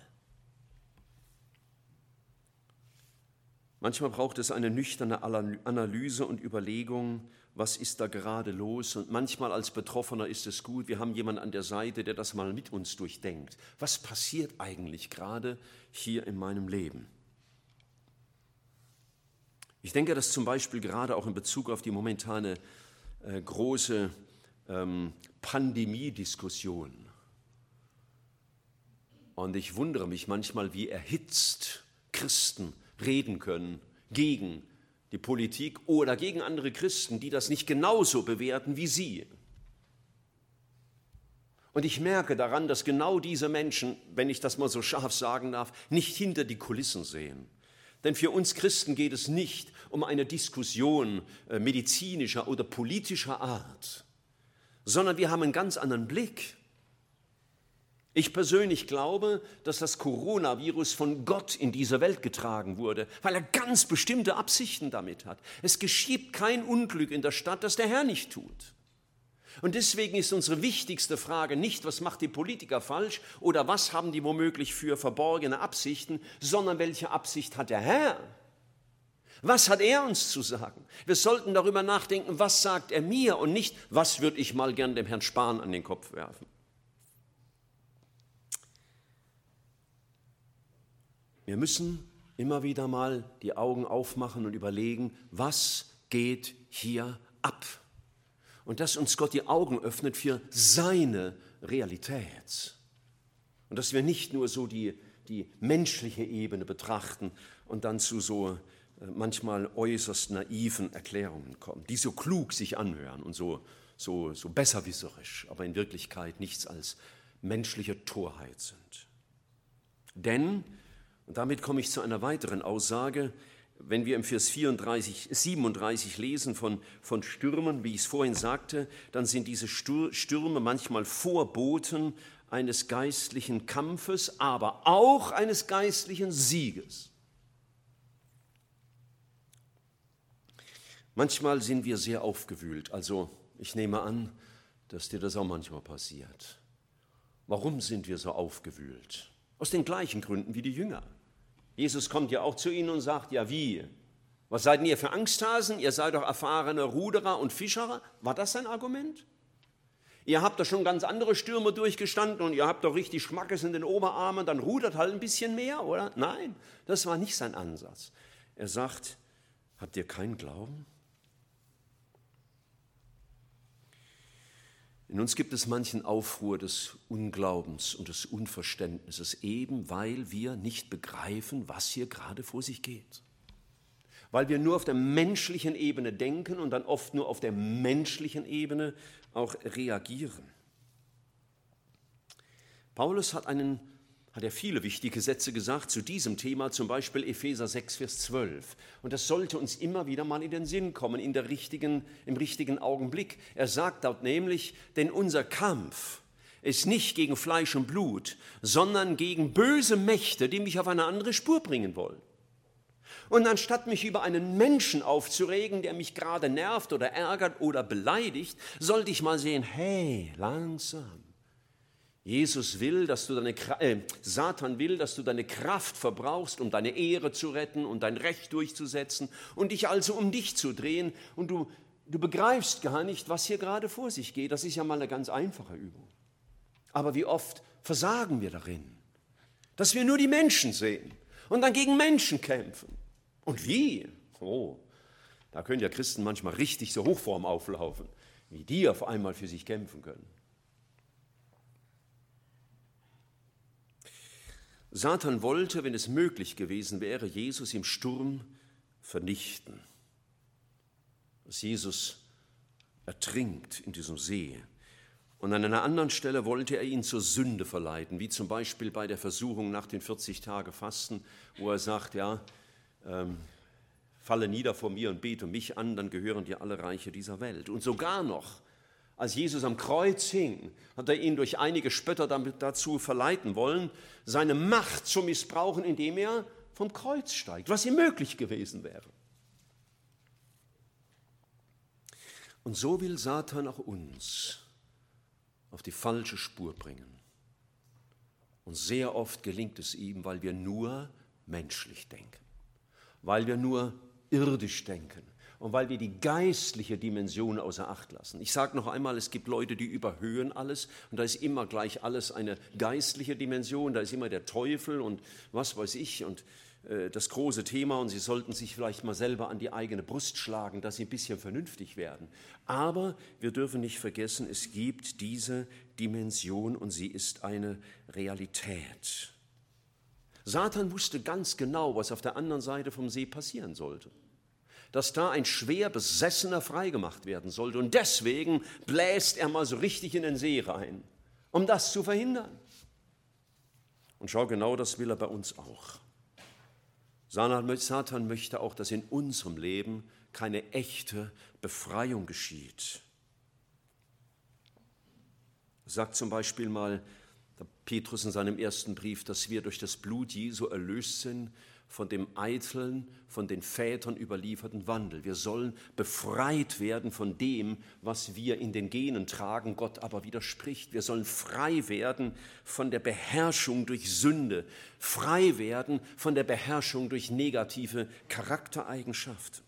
Manchmal braucht es eine nüchterne Analyse und Überlegung, was ist da gerade los? Und manchmal als Betroffener ist es gut, wir haben jemanden an der Seite, der das mal mit uns durchdenkt. Was passiert eigentlich gerade hier in meinem Leben? Ich denke, dass zum Beispiel gerade auch in Bezug auf die momentane äh, große ähm, Pandemie-Diskussion, und ich wundere mich manchmal, wie erhitzt Christen reden können gegen die Politik oder gegen andere Christen, die das nicht genauso bewerten wie sie. Und ich merke daran, dass genau diese Menschen, wenn ich das mal so scharf sagen darf, nicht hinter die Kulissen sehen. Denn für uns Christen geht es nicht um eine Diskussion äh, medizinischer oder politischer Art, sondern wir haben einen ganz anderen Blick. Ich persönlich glaube, dass das Coronavirus von Gott in diese Welt getragen wurde, weil er ganz bestimmte Absichten damit hat. Es geschieht kein Unglück in der Stadt, das der Herr nicht tut. Und deswegen ist unsere wichtigste Frage nicht, was macht die Politiker falsch oder was haben die womöglich für verborgene Absichten, sondern welche Absicht hat der Herr? Was hat er uns zu sagen? Wir sollten darüber nachdenken, was sagt er mir und nicht, was würde ich mal gern dem Herrn Spahn an den Kopf werfen. Wir müssen immer wieder mal die Augen aufmachen und überlegen, was geht hier ab? Und dass uns Gott die Augen öffnet für seine Realität. Und dass wir nicht nur so die, die menschliche Ebene betrachten und dann zu so äh, manchmal äußerst naiven Erklärungen kommen, die so klug sich anhören und so, so, so besserwisserisch, aber in Wirklichkeit nichts als menschliche Torheit sind. Denn, und damit komme ich zu einer weiteren Aussage, wenn wir im Vers vierunddreißig, siebenunddreißig lesen von, von Stürmen, wie ich es vorhin sagte, dann sind diese Stürme manchmal Vorboten eines geistlichen Kampfes, aber auch eines geistlichen Sieges. Manchmal sind wir sehr aufgewühlt, also ich nehme an, dass dir das auch manchmal passiert. Warum sind wir so aufgewühlt? Aus den gleichen Gründen wie die Jünger. Jesus kommt ja auch zu ihnen und sagt, ja wie? Was seid ihr für Angsthasen? Ihr seid doch erfahrene Ruderer und Fischerer. War das sein Argument? Ihr habt doch schon ganz andere Stürme durchgestanden und ihr habt doch richtig Schmackes in den Oberarmen, dann rudert halt ein bisschen mehr, oder? Nein, das war nicht sein Ansatz. Er sagt, habt ihr keinen Glauben? In uns gibt es manchen Aufruhr des Unglaubens und des Unverständnisses, eben weil wir nicht begreifen, was hier gerade vor sich geht. Weil wir nur auf der menschlichen Ebene denken und dann oft nur auf der menschlichen Ebene auch reagieren. Paulus hat, einen, hat ja viele wichtige Sätze gesagt zu diesem Thema, zum Beispiel Epheser sechs, Vers zwölf. Und das sollte uns immer wieder mal in den Sinn kommen, in der richtigen, im richtigen Augenblick. Er sagt dort nämlich, denn unser Kampf ist nicht gegen Fleisch und Blut, sondern gegen böse Mächte, die mich auf eine andere Spur bringen wollen. Und anstatt mich über einen Menschen aufzuregen, der mich gerade nervt oder ärgert oder beleidigt, sollte ich mal sehen, hey, langsam. Jesus will, dass du deine, äh, Satan will, dass du deine Kraft verbrauchst, um deine Ehre zu retten und dein Recht durchzusetzen und dich also um dich zu drehen. Und du, du begreifst gar nicht, was hier gerade vor sich geht. Das ist ja mal eine ganz einfache Übung. Aber wie oft versagen wir darin, dass wir nur die Menschen sehen und dann gegen Menschen kämpfen. Und wie? Oh, da können ja Christen manchmal richtig so Hochform auflaufen, wie die auf einmal für sich kämpfen können. Satan wollte, wenn es möglich gewesen wäre, Jesus im Sturm vernichten. Dass Jesus ertrinkt in diesem See. Und an einer anderen Stelle wollte er ihn zur Sünde verleiten, wie zum Beispiel bei der Versuchung nach den vierzig Tagen Fasten, wo er sagt, ja, ähm, falle nieder vor mir und bete mich an, dann gehören dir alle Reiche dieser Welt. Und sogar noch, als Jesus am Kreuz hing, hat er ihn durch einige Spötter damit dazu verleiten wollen, seine Macht zu missbrauchen, indem er vom Kreuz steigt, was ihm möglich gewesen wäre. Und so will Satan auch uns auf die falsche Spur bringen. Und sehr oft gelingt es ihm, weil wir nur menschlich denken, weil wir nur irdisch denken und weil wir die geistliche Dimension außer Acht lassen. Ich sage noch einmal, es gibt Leute, die überhöhen alles und da ist immer gleich alles eine geistliche Dimension, da ist immer der Teufel und was weiß ich und äh, das große Thema und sie sollten sich vielleicht mal selber an die eigene Brust schlagen, dass sie ein bisschen vernünftig werden. Aber wir dürfen nicht vergessen, es gibt diese Dimension und sie ist eine Realität. Satan wusste ganz genau, was auf der anderen Seite vom See passieren sollte. Dass da ein schwer Besessener freigemacht werden sollte. Und deswegen bläst er mal so richtig in den See rein, um das zu verhindern. Und schau, genau das will er bei uns auch. Satan möchte auch, dass in unserem Leben keine echte Befreiung geschieht. Er sagt zum Beispiel mal, Petrus in seinem ersten Brief, dass wir durch das Blut Jesu erlöst sind von dem eitlen, von den Vätern überlieferten Wandel. Wir sollen befreit werden von dem, was wir in den Genen tragen, Gott aber widerspricht. Wir sollen frei werden von der Beherrschung durch Sünde, frei werden von der Beherrschung durch negative Charaktereigenschaften.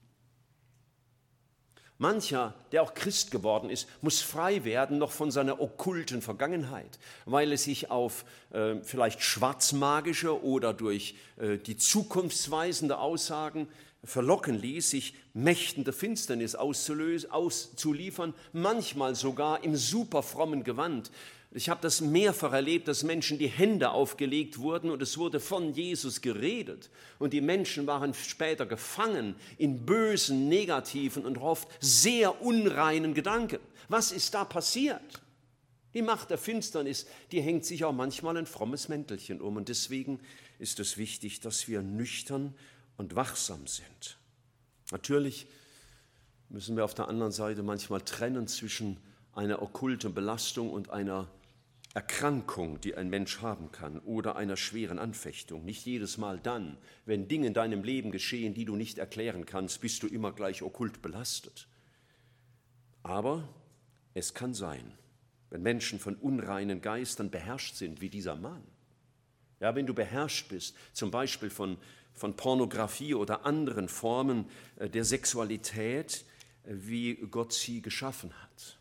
Mancher, der auch Christ geworden ist, muss frei werden noch von seiner okkulten Vergangenheit, weil es sich auf äh, vielleicht schwarzmagische oder durch äh, die zukunftsweisende Aussagen verlocken ließ, sich Mächten der Finsternis auszulösen, auszuliefern, manchmal sogar im superfrommen Gewand. Ich habe das mehrfach erlebt, dass Menschen die Hände aufgelegt wurden und es wurde von Jesus geredet. Und die Menschen waren später gefangen in bösen, negativen und oft sehr unreinen Gedanken. Was ist da passiert? Die Macht der Finsternis, die hängt sich auch manchmal ein frommes Mäntelchen um. Und deswegen ist es wichtig, dass wir nüchtern und wachsam sind. Natürlich müssen wir auf der anderen Seite manchmal trennen zwischen einer okkulten Belastung und einer Erkrankung, die ein Mensch haben kann, oder einer schweren Anfechtung. Nicht jedes Mal dann, wenn Dinge in deinem Leben geschehen, die du nicht erklären kannst, bist du immer gleich okkult belastet. Aber es kann sein, wenn Menschen von unreinen Geistern beherrscht sind, wie dieser Mann. Ja, wenn du beherrscht bist, zum Beispiel von, von Pornografie oder anderen Formen der Sexualität, wie Gott sie geschaffen hat.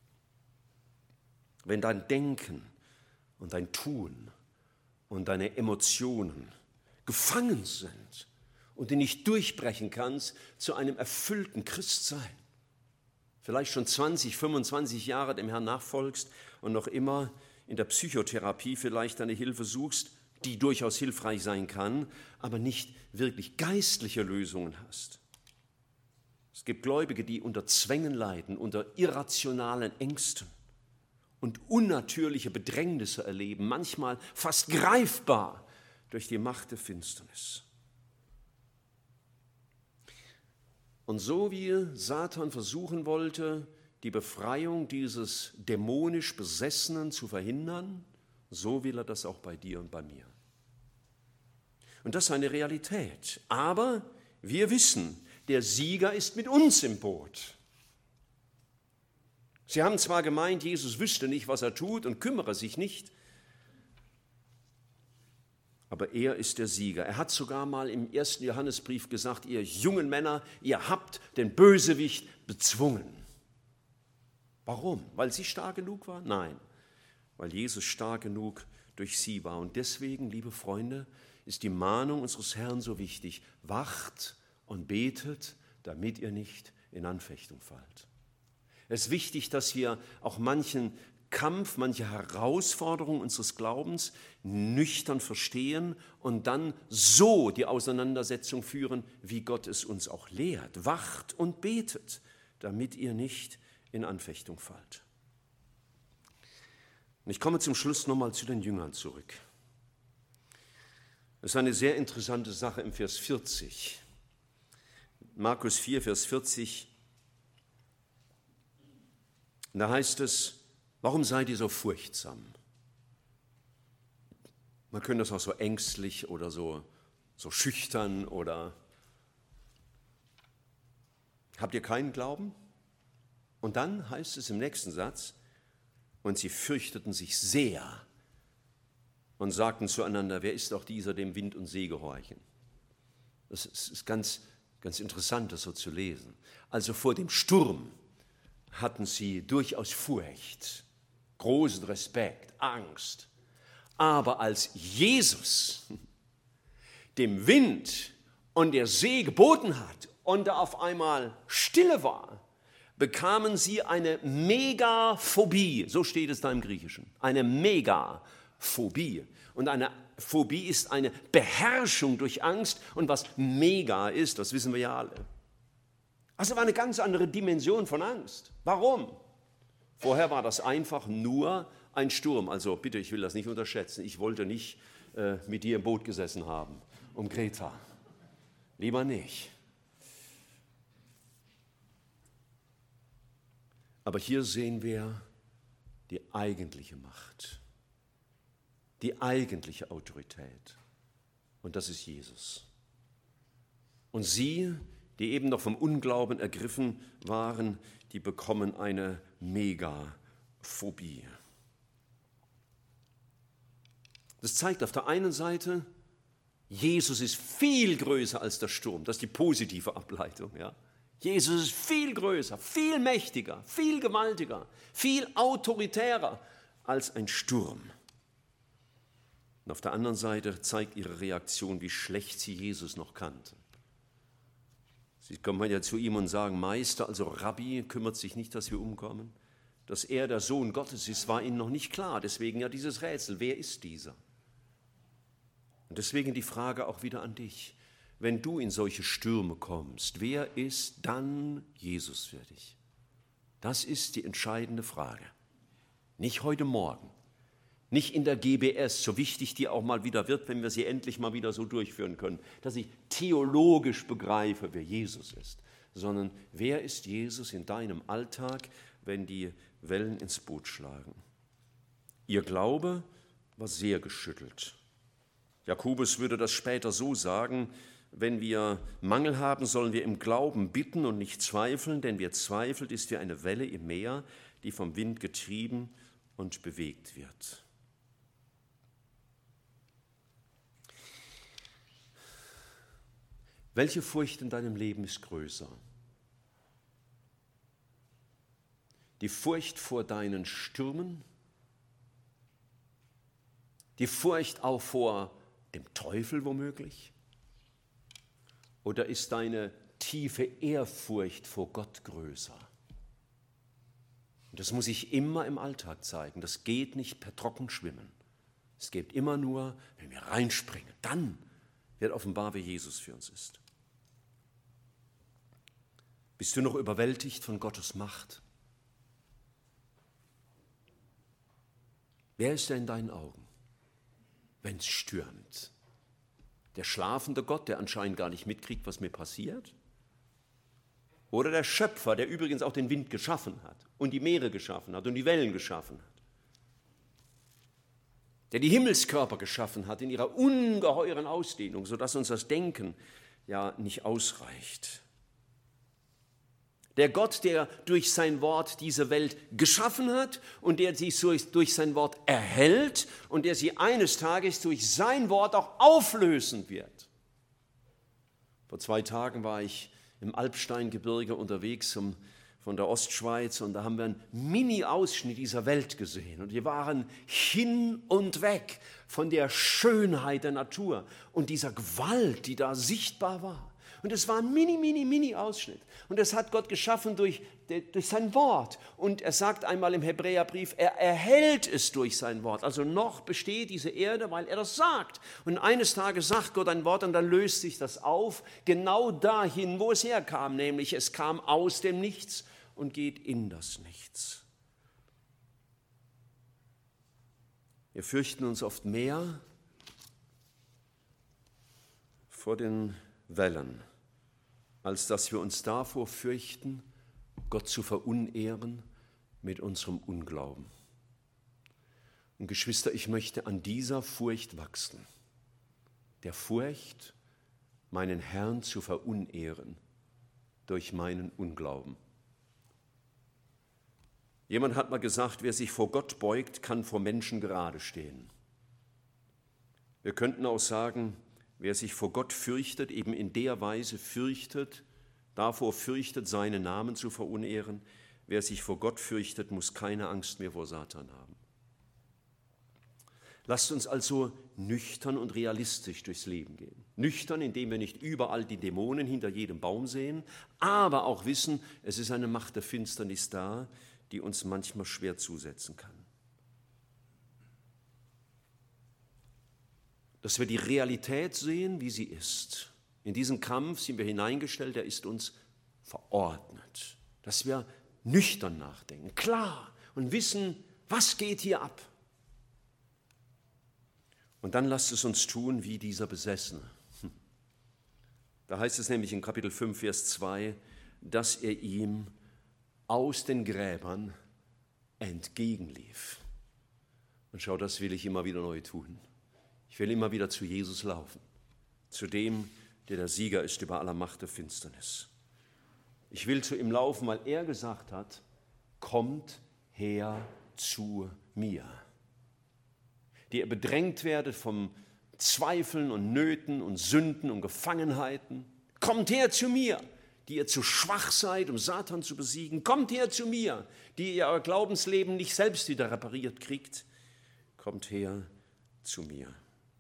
Wenn dein Denken und dein Tun und deine Emotionen gefangen sind und du nicht durchbrechen kannst zu einem erfüllten Christsein, vielleicht schon zwanzig, fünfundzwanzig Jahre dem Herrn nachfolgst und noch immer in der Psychotherapie vielleicht eine Hilfe suchst, die durchaus hilfreich sein kann, aber nicht wirklich geistliche Lösungen hast. Es gibt Gläubige, die unter Zwängen leiden, unter irrationalen Ängsten und unnatürliche Bedrängnisse erleben, manchmal fast greifbar durch die Macht der Finsternis. Und so wie Satan versuchen wollte, die Befreiung dieses dämonisch Besessenen zu verhindern, so will er das auch bei dir und bei mir. Und das ist eine Realität. Aber wir wissen, der Sieger ist mit uns im Boot. Sie haben zwar gemeint, Jesus wüsste nicht, was er tut und kümmere sich nicht, aber er ist der Sieger. Er hat sogar mal im ersten Johannesbrief gesagt, ihr jungen Männer, ihr habt den Bösewicht bezwungen. Warum? Weil sie stark genug war? Nein, weil Jesus stark genug durch sie war. Und deswegen, liebe Freunde, ist die Mahnung unseres Herrn so wichtig. Wacht und betet, damit ihr nicht in Anfechtung fallt. Es ist wichtig, dass wir auch manchen Kampf, manche Herausforderung unseres Glaubens nüchtern verstehen und dann so die Auseinandersetzung führen, wie Gott es uns auch lehrt. Wacht und betet, damit ihr nicht in Anfechtung fallt. Und ich komme zum Schluss nochmal zu den Jüngern zurück. Das ist eine sehr interessante Sache im Vers vierzig. Markus vier, Vers vierzig. Und da heißt es, warum seid ihr so furchtsam? Man könnte das auch so ängstlich oder so, so schüchtern oder habt ihr keinen Glauben? Und dann heißt es im nächsten Satz, und sie fürchteten sich sehr und sagten zueinander, wer ist auch dieser, dem Wind und See gehorchen? Das ist ganz, ganz interessant, das so zu lesen. Also vor dem Sturm hatten sie durchaus Furcht, großen Respekt, Angst. Aber als Jesus dem Wind und der See geboten hat und da auf einmal Stille war, bekamen sie eine Megaphobie, so steht es da im Griechischen, eine Megaphobie. Und eine Phobie ist eine Beherrschung durch Angst und was mega ist, das wissen wir ja alle. Also war eine ganz andere Dimension von Angst. Warum? Vorher war das einfach nur ein Sturm. Also bitte, ich will das nicht unterschätzen. Ich wollte nicht äh, mit dir im Boot gesessen haben, um Kreta. Lieber nicht. Aber hier sehen wir die eigentliche Macht, die eigentliche Autorität. Und das ist Jesus. Und sie, die eben noch vom Unglauben ergriffen waren, die bekommen eine Megaphobie. Das zeigt auf der einen Seite, Jesus ist viel größer als der Sturm. Das ist die positive Ableitung. Ja? Jesus ist viel größer, viel mächtiger, viel gewaltiger, viel autoritärer als ein Sturm. Und auf der anderen Seite zeigt ihre Reaktion, wie schlecht sie Jesus noch kannten. Sie kommen ja zu ihm und sagen, Meister, also Rabbi, kümmert sich nicht, dass wir umkommen. Dass er der Sohn Gottes ist, war ihnen noch nicht klar. Deswegen ja dieses Rätsel, wer ist dieser? Und deswegen die Frage auch wieder an dich. Wenn du in solche Stürme kommst, wer ist dann Jesus für dich? Das ist die entscheidende Frage. Nicht heute Morgen, nicht in der G B S, so wichtig die auch mal wieder wird, wenn wir sie endlich mal wieder so durchführen können, dass ich theologisch begreife, wer Jesus ist, sondern wer ist Jesus in deinem Alltag, wenn die Wellen ins Boot schlagen? Ihr Glaube war sehr geschüttelt. Jakobus würde das später so sagen, wenn wir Mangel haben, sollen wir im Glauben bitten und nicht zweifeln, denn wer zweifelt, ist wie eine Welle im Meer, die vom Wind getrieben und bewegt wird. Welche Furcht in deinem Leben ist größer? Die Furcht vor deinen Stürmen? Die Furcht auch vor dem Teufel womöglich? Oder ist deine tiefe Ehrfurcht vor Gott größer? Und das muss sich immer im Alltag zeigen. Das geht nicht per Trockenschwimmen. Es geht immer nur, wenn wir reinspringen. Dann wird offenbar, wie Jesus für uns ist. Bist du noch überwältigt von Gottes Macht? Wer ist er in deinen Augen, wenn es stürmt? Der schlafende Gott, der anscheinend gar nicht mitkriegt, was mir passiert? Oder der Schöpfer, der übrigens auch den Wind geschaffen hat und die Meere geschaffen hat und die Wellen geschaffen hat? Der die Himmelskörper geschaffen hat in ihrer ungeheuren Ausdehnung, sodass uns das Denken ja nicht ausreicht. Der Gott, der durch sein Wort diese Welt geschaffen hat und der sie durch sein Wort erhält und der sie eines Tages durch sein Wort auch auflösen wird. Vor zwei Tagen war ich im Alpsteingebirge unterwegs um, von der Ostschweiz und da haben wir einen Mini-Ausschnitt dieser Welt gesehen und wir waren hin und weg von der Schönheit der Natur und dieser Gewalt, die da sichtbar war. Und es war ein mini, mini, mini Ausschnitt. Und das hat Gott geschaffen durch, durch sein Wort. Und er sagt einmal im Hebräerbrief, er erhält es durch sein Wort. Also noch besteht diese Erde, weil er das sagt. Und eines Tages sagt Gott ein Wort und dann löst sich das auf, genau dahin, wo es herkam. Nämlich es kam aus dem Nichts und geht in das Nichts. Wir fürchten uns oft mehr vor den Wellen, als dass wir uns davor fürchten, Gott zu verunehren mit unserem Unglauben. Und Geschwister, ich möchte an dieser Furcht wachsen, der Furcht, meinen Herrn zu verunehren durch meinen Unglauben. Jemand hat mal gesagt, wer sich vor Gott beugt, kann vor Menschen gerade stehen. Wir könnten auch sagen, wer sich vor Gott fürchtet, eben in der Weise fürchtet, davor fürchtet, seinen Namen zu verunehren. Wer sich vor Gott fürchtet, muss keine Angst mehr vor Satan haben. Lasst uns also nüchtern und realistisch durchs Leben gehen. Nüchtern, indem wir nicht überall die Dämonen hinter jedem Baum sehen, aber auch wissen, es ist eine Macht der Finsternis da, die uns manchmal schwer zusetzen kann. Dass wir die Realität sehen, wie sie ist. In diesen Kampf sind wir hineingestellt, der ist uns verordnet. Dass wir nüchtern nachdenken, klar, und wissen, was geht hier ab. Und dann lasst es uns tun wie dieser Besessene. Da heißt es nämlich in Kapitel fünf, Vers zwei, dass er ihm aus den Gräbern entgegenlief. Und schau, das will ich immer wieder neu tun. Ich will immer wieder zu Jesus laufen, zu dem, der der Sieger ist über aller Macht der Finsternis. Ich will zu ihm laufen, weil er gesagt hat, kommt her zu mir. Die ihr bedrängt werdet vom Zweifeln und Nöten und Sünden und Gefangenheiten. Kommt her zu mir, die ihr zu schwach seid, um Satan zu besiegen. Kommt her zu mir, die ihr euer Glaubensleben nicht selbst wieder repariert kriegt. Kommt her zu mir.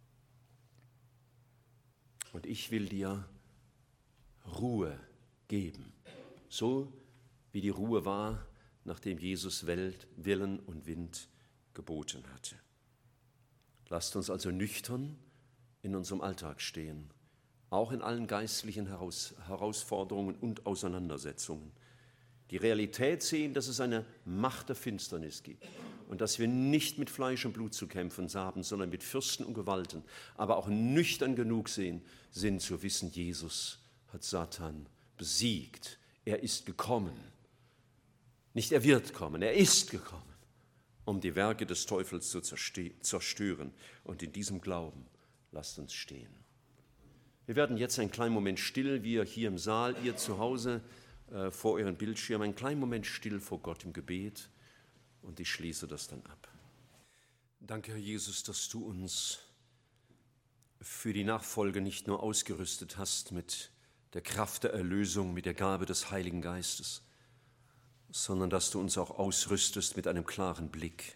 Und ich will dir Ruhe geben, so wie die Ruhe war, nachdem Jesus Welt, Willen und Wind geboten hatte. Lasst uns also nüchtern in unserem Alltag stehen, auch in allen geistlichen Heraus, Herausforderungen und Auseinandersetzungen. Die Realität sehen, dass es eine Macht der Finsternis gibt und dass wir nicht mit Fleisch und Blut zu kämpfen haben, sondern mit Fürsten und Gewalten, aber auch nüchtern genug sehen, sind zu wissen, Jesus hat Satan besiegt. Er ist gekommen. Nicht er wird kommen, er ist gekommen, um die Werke des Teufels zu zerstören. Und in diesem Glauben lasst uns stehen. Wir werden jetzt einen kleinen Moment still, wir hier im Saal, ihr zu Hause äh, vor euren Bildschirmen, einen kleinen Moment still vor Gott im Gebet und ich schließe das dann ab. Danke, Herr Jesus, dass du uns für die Nachfolge nicht nur ausgerüstet hast mit der Kraft der Erlösung mit der Gabe des Heiligen Geistes, sondern dass du uns auch ausrüstest mit einem klaren Blick.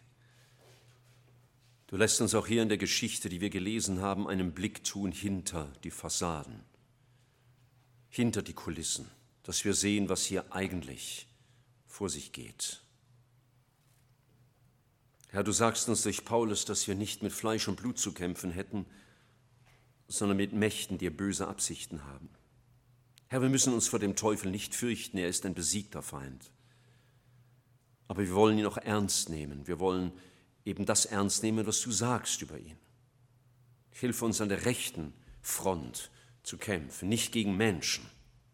Du lässt uns auch hier in der Geschichte, die wir gelesen haben, einen Blick tun hinter die Fassaden, hinter die Kulissen, dass wir sehen, was hier eigentlich vor sich geht. Herr, du sagst uns durch Paulus, dass wir nicht mit Fleisch und Blut zu kämpfen hätten, sondern mit Mächten, die böse Absichten haben. Herr, wir müssen uns vor dem Teufel nicht fürchten, er ist ein besiegter Feind. Aber wir wollen ihn auch ernst nehmen. Wir wollen eben das ernst nehmen, was du sagst über ihn. Hilf uns an der rechten Front zu kämpfen, nicht gegen Menschen,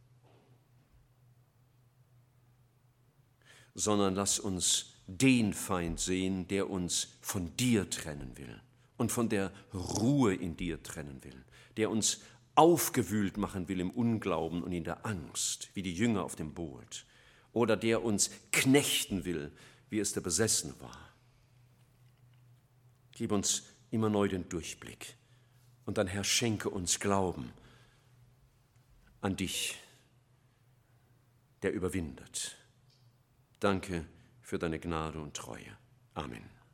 sondern lass uns den Feind sehen, der uns von dir trennen will und von der Ruhe in dir trennen will, der uns aufgewühlt machen will im Unglauben und in der Angst, wie die Jünger auf dem Boot, oder der uns knechten will, wie es der Besessene war. Gib uns immer neu den Durchblick und dann, Herr, schenke uns Glauben an dich, der überwindet. Danke für deine Gnade und Treue. Amen.